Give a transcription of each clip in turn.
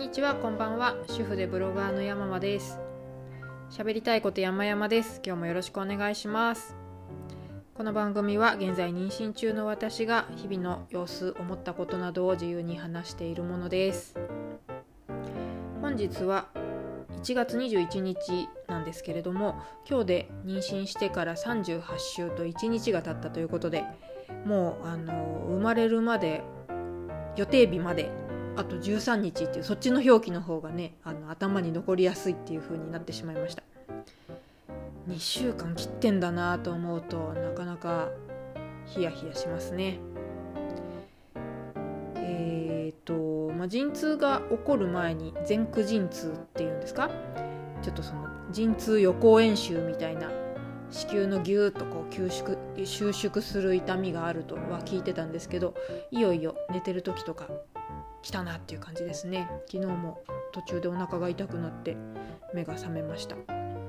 にちは、こんばんは。主婦でブロガーの山間です。喋りたいこと山々です。今日もよろしくお願いします。この番組は現在妊娠中の私が日々の様子、思ったことなどを自由に話しているものです。本日は1月21日なんですけれども、今日で妊娠してから38週と1日が経ったということで、もう生まれるまで予定日まであと13日っていう、そっちの表記の方がね頭に残りやすいっていう風になってしまいました。2週間切ってんだなと思うとなかなかヒヤヒヤしますね。陣痛が起こる前に前駆陣痛っていうんですか、ちょっとその陣痛予行演習みたいな、子宮のギューッとこう収縮する痛みがあるとは聞いてたんですけど、いよいよ寝てる時とか来たなっていう感じですね。昨日も途中でお腹が痛くなって目が覚めました。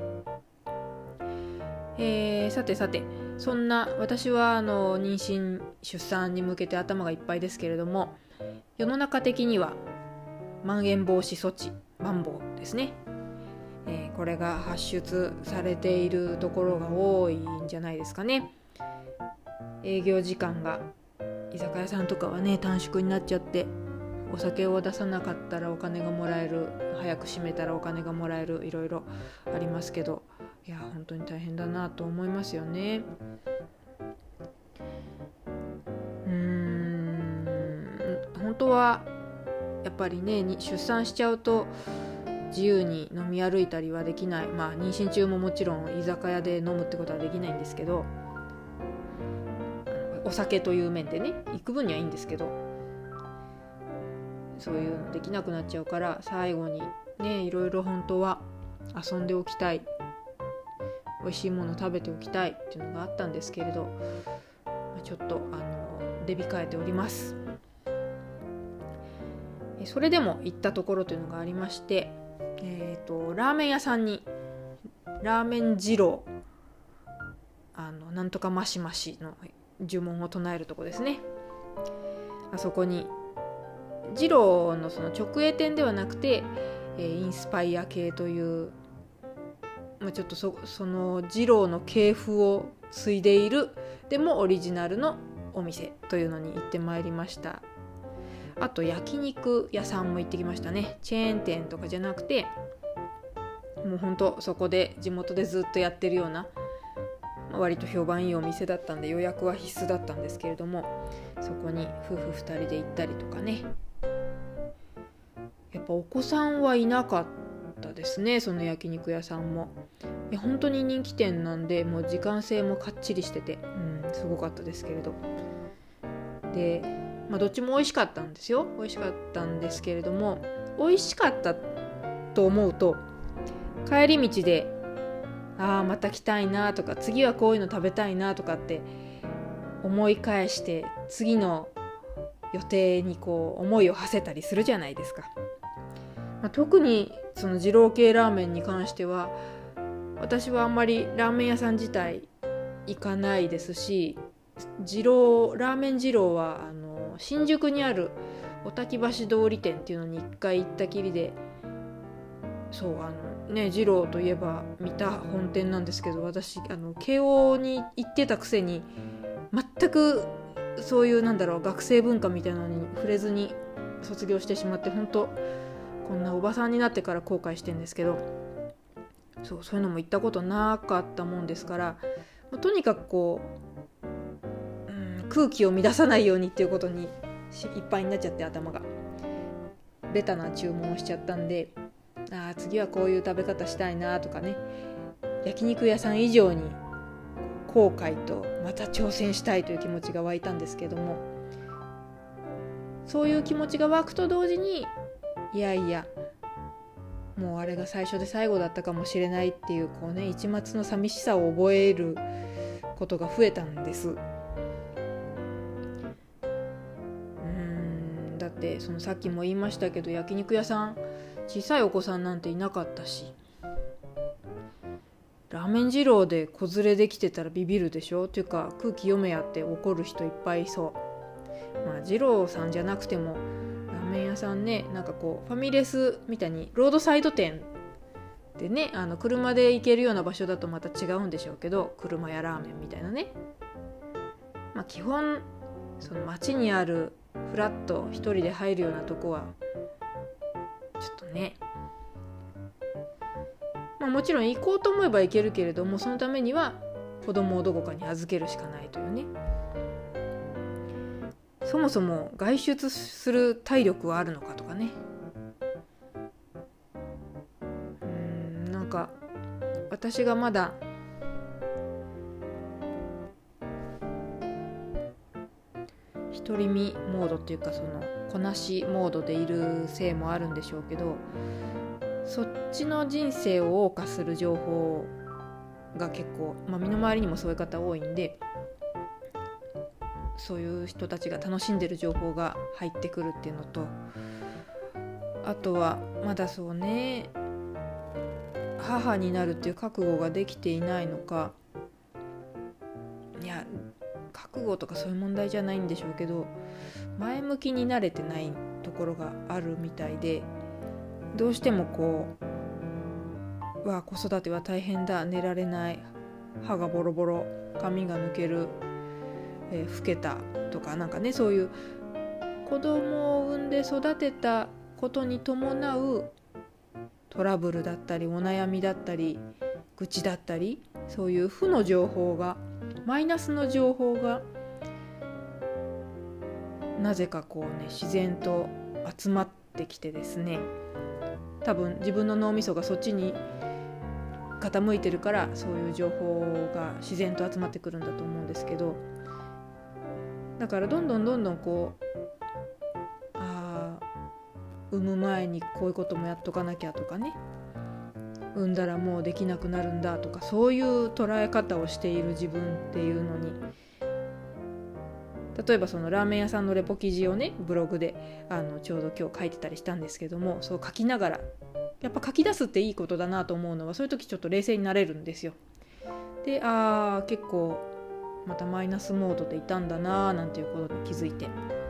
さてそんな私は妊娠出産に向けて頭がいっぱいですけれども、世の中的にはまん延防止措置マンボウですね、これが発出されているところが多いんじゃないですかね。営業時間が居酒屋さんとかはね短縮になっちゃって、お酒を出さなかったらお金がもらえる、早く閉めたらお金がもらえる、いろいろありますけど、いや本当に大変だなと思いますよね。本当はやっぱりね、出産しちゃうと自由に飲み歩いたりはできない。妊娠中ももちろん居酒屋で飲むってことはできないんですけど、お酒という面でね行く分にはいいんですけど、そういうのできなくなっちゃうから、最後にねいろいろ本当は遊んでおきたい、美味しいもの食べておきたいっていうのがあったんですけれど、ちょっと出控えております。それでも行ったところというのがありまして、ラーメン屋さんにラーメン二郎なんとかマシマシの呪文を唱えるとこですね。あそこに二郎のその直営店ではなくて、インスパイア系という、ちょっとその二郎の系譜を継いでいる、でもオリジナルのお店というのに行ってまいりました。あと焼肉屋さんも行ってきましたね。チェーン店とかじゃなくて、もうほんとそこで地元でずっとやってるような、割と評判いいお店だったんで予約は必須だったんですけれども、そこに夫婦2人で行ったりとかね。やっぱお子さんはいなかったですね、その焼肉屋さんも。本当に人気店なんで、もう時間制もかっちりしてて、すごかったですけれど。で、どっちも美味しかったんですよ。美味しかったんですけれども、美味しかったと思うと帰り道でまた来たいなとか、次はこういうの食べたいなとかって思い返して、次の予定にこう思いを馳せたりするじゃないですか。特にその二郎系ラーメンに関しては、私はあんまりラーメン屋さん自体行かないですし、ラーメン二郎は新宿にあるお滝橋通り店っていうのに1回行ったきりで、そう二郎といえば三田本店なんですけど、私慶応に行ってたくせに全くそういう学生文化みたいなのに触れずに卒業してしまって、本当こんなおばさんになってから後悔してるんですけど、そういうのも行ったことなかったもんですから、とにかくこう、空気を乱さないようにっていうことにいっぱいになっちゃって、頭がベタな注文をしちゃったんで、次はこういう食べ方したいなとかね、焼肉屋さん以上に後悔とまた挑戦したいという気持ちが湧いたんですけども、そういう気持ちが湧くと同時に、いやいやもうあれが最初で最後だったかもしれないっていう一抹の寂しさを覚えることが増えたんです。だってさっきも言いましたけど、焼肉屋さん小さいお子さんなんていなかったし、ラーメン二郎で子連れできてたらビビるでしょ。っていうか空気読めやって怒る人いっぱいいそう。二郎さんじゃなくてもラーメメン屋さんね、なんかこうファミレスみたいにロードサイド店でね、車で行けるような場所だとまた違うんでしょうけど、車やラーメンみたいなね、基本その街にあるフラッと一人で入るようなとこはちょっとね、もちろん行こうと思えば行けるけれども、そのためには子供をどこかに預けるしかないというね。そもそも外出する体力はあるのかとかね。なんか私がまだ独り身モードっていうか、そのこなしモードでいるせいもあるんでしょうけど、そっちの人生を謳歌する情報が結構、身の回りにもそういう方多いんで、そういう人たちが楽しんでる情報が入ってくるっていうのと、あとはまだそうね、母になるっていう覚悟ができていないのか、いや覚悟とかそういう問題じゃないんでしょうけど、前向きになれてないところがあるみたいで、どうしてもこう子育ては大変だ、寝られない、歯がボロボロ、髪が抜ける、老けたとか、なんかね、そういう子供を産んで育てたことに伴うトラブルだったりお悩みだったり愚痴だったり、そういう負の情報が、マイナスの情報がなぜかこうね、自然と集まってきてですね、多分自分の脳みそがそっちに傾いてるから、そういう情報が自然と集まってくるんだと思うんですけど、だからどんどんこう、産む前にこういうこともやっとかなきゃとかね、産んだらもうできなくなるんだとか、そういう捉え方をしている自分っていうのに、例えばそのラーメン屋さんのレポ記事をね、ブログでちょうど今日書いてたりしたんですけども、そう書きながら、やっぱ書き出すっていいことだなと思うのは、そういう時ちょっと冷静になれるんですよ。で、結構またマイナスモードでいたんだななんていうことに気づいて、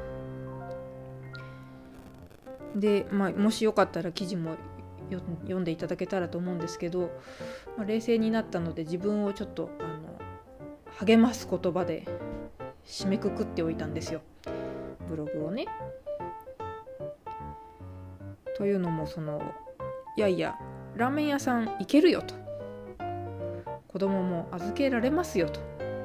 で、もしよかったら記事も読んでいただけたらと思うんですけど、冷静になったので自分をちょっと励ます言葉で締めくくっておいたんですよ、ブログをね。というのも、いやラーメン屋さん行けるよと、子供も預けられますよと、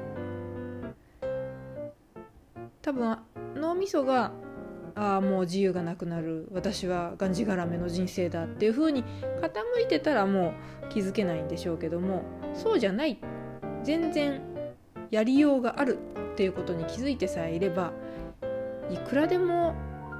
多分脳みそがもう自由がなくなる、私はがんじがらめの人生だっていう風に傾いてたらもう気づけないんでしょうけども、そうじゃない、全然やりようがあるっていうことに気づいてさえいれば、いくらでも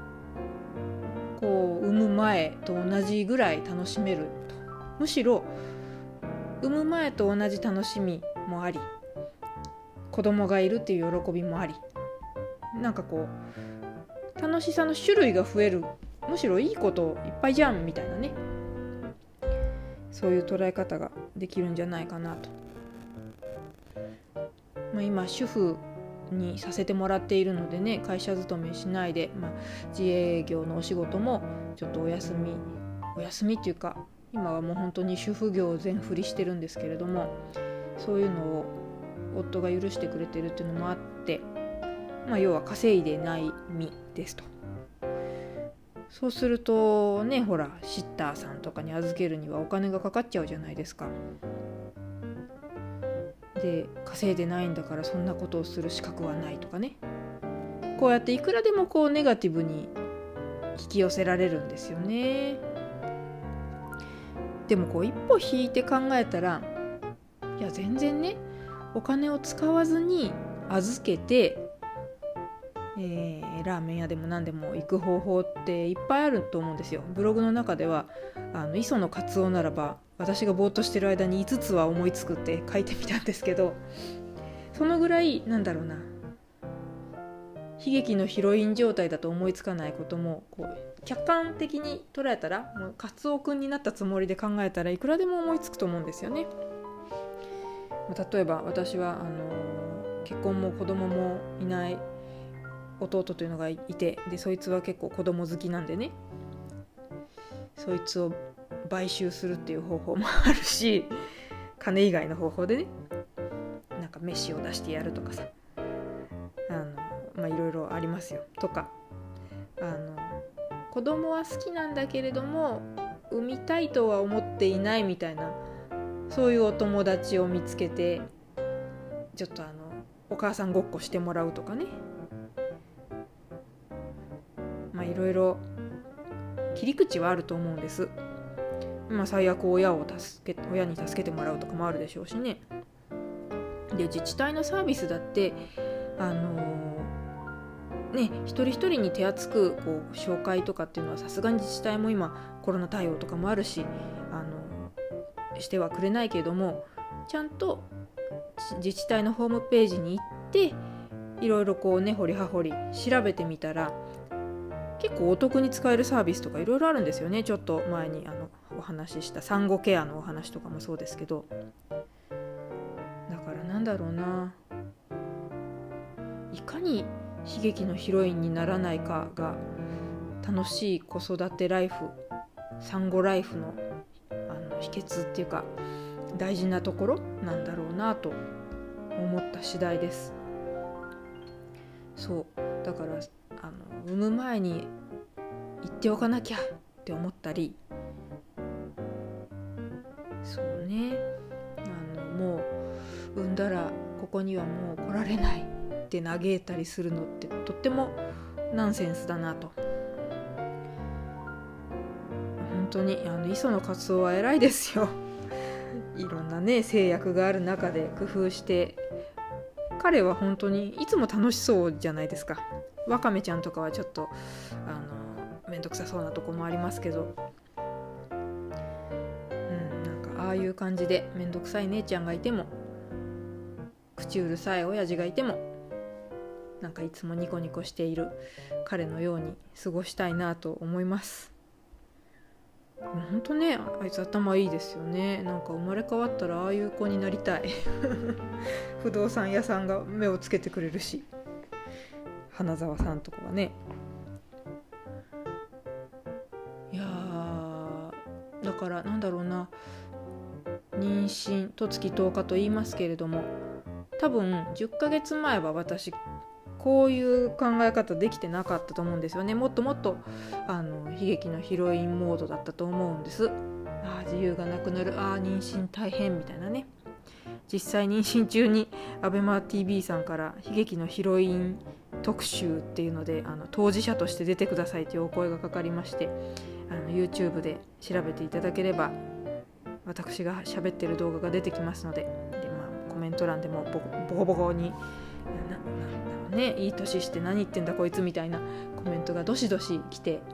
こう産む前と同じぐらい楽しめると、むしろ産む前と同じ楽しみもあり、子供がいるっていう喜びもあり、なんかこう楽しさの種類が増える、むしろいいこといっぱいじゃんみたいなね、そういう捉え方ができるんじゃないかなと。今主婦にさせてもらっているのでね、会社勤めしないで、自営業のお仕事もちょっとお休みっていうか、今はもう本当に主婦業を全振りしてるんですけれども、そういうのを夫が許してくれてるっていうのもあって、要は稼いでない身ですと。そうするとね、ほらシッターさんとかに預けるにはお金がかかっちゃうじゃないですか。で、稼いでないんだからそんなことをする資格はないとかね、こうやっていくらでもこうネガティブに引き寄せられるんですよね。でもこう一歩引いて考えたら、いや全然ね、お金を使わずに預けて、ラーメン屋でも何でも行く方法っていっぱいあると思うんですよ。ブログの中では磯のカツオならば私がぼーっとしてる間に5つは思いつくって書いてみたんですけど、そのぐらい悲劇のヒロイン状態だと思いつかないこともこう客観的に捉えたら、もうカツオくんになったつもりで考えたらいくらでも思いつくと思うんですよね。例えば私は結婚も子供もいない弟というのがいて、でそいつは結構子供好きなんでね、そいつを買収するっていう方法もあるし、金以外の方法でね、なんか飯を出してやるとかさ、いろいろありますよ。とか子供は好きなんだけれども産みたいとは思っていないみたいな、そういうお友達を見つけてちょっとお母さんごっこしてもらうとかね、いろいろ切り口はあると思うんです。最悪親に助けてもらうとかもあるでしょうしね。で自治体のサービスだって一人一人に手厚くこう紹介とかっていうのはさすがに自治体も今コロナ対応とかもあるししてはくれないけれども、ちゃんと自治体のホームページに行っていろいろこう掘り葉掘り調べてみたら結構お得に使えるサービスとかいろいろあるんですよね。ちょっと前にお話しした産後ケアのお話とかもそうですけど、だからなんだろうな、いかに悲劇のヒロインにならないかが楽しい子育てライフ、産後ライフの秘訣っていうか大事なところなんだろうなと思った次第です。そうだから産む前に言っておかなきゃって思ったり、そうね、もう産んだらここにはもう来られないって嘆いたりするのってとってもナンセンスだなと。本当に磯野カツオは偉いですよ。いろんなね制約がある中で工夫して、彼は本当にいつも楽しそうじゃないですか。ワカメちゃんとかはちょっとめんどくさそうなとこもありますけど、なんかああいう感じでめんどくさい姉ちゃんがいても口うるさい親父がいてもなんかいつもニコニコしている彼のように過ごしたいなと思います。本当ね、あいつ頭いいですよね。なんか生まれ変わったらああいう子になりたい。不動産屋さんが目をつけてくれるし、花澤さんとかはね。いやだからなんだろうな、妊娠十月10日と言いますけれども、多分10ヶ月前は私こういう考え方できてなかったと思うんですよね。もっともっと悲劇のヒロインモードだったと思うんです。自由がなくなる、妊娠大変みたいなね。実際妊娠中に ABEMATV さんから悲劇のヒロイン特集っていうので当事者として出てくださいというお声がかかりまして、YouTube で調べていただければ私が喋ってる動画が出てきますので、コメント欄でもボコボコにいい年して何言ってんだこいつみたいなコメントがどしどし来て、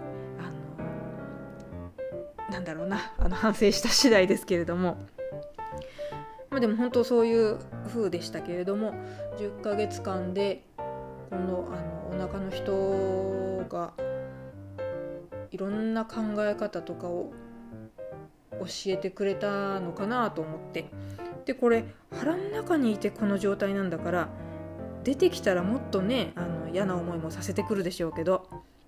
なんだろうな、反省した次第ですけれども、でも本当そういう風でしたけれども、10ヶ月間でこのお腹の人がいろんな考え方とかを教えてくれたのかなと思って、でこれ腹の中にいてこの状態なんだから出てきたらもっとね嫌な思いもさせてくるでしょうけど、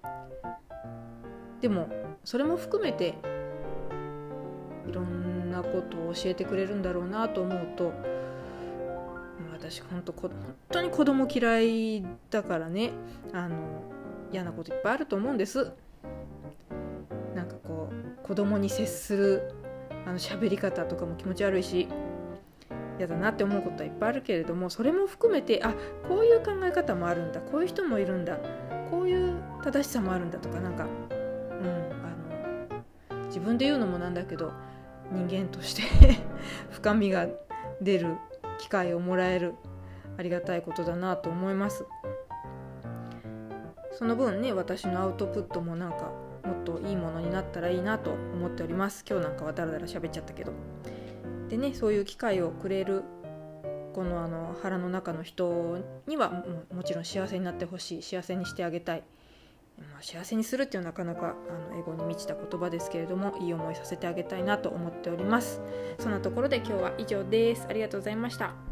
でもそれも含めていろんなことを教えてくれるんだろうなと思うと、私本当に子供嫌いだからね、嫌なこといっぱいあると思うんです。なんかこう子供に接する喋り方とかも気持ち悪いし嫌だなって思うことはいっぱいあるけれども、それも含めてこういう考え方もあるんだ、こういう人もいるんだ、こういう正しさもあるんだとか、なんか、自分で言うのもなんだけど人間として深みが出る機会をもらえるありがたいことだなと思います。その分ね、私のアウトプットもなんかもっといいものになったらいいなと思っております。今日なんかはだらだら喋っちゃったけど、でね、そういう機会をくれるこの腹の中の人には もちろん幸せになってほしい、幸せにしてあげたい、幸せにするっていうのはなかなかエゴに満ちた言葉ですけれども、いい思いさせてあげたいなと思っております。そんなところで今日は以上です。ありがとうございました。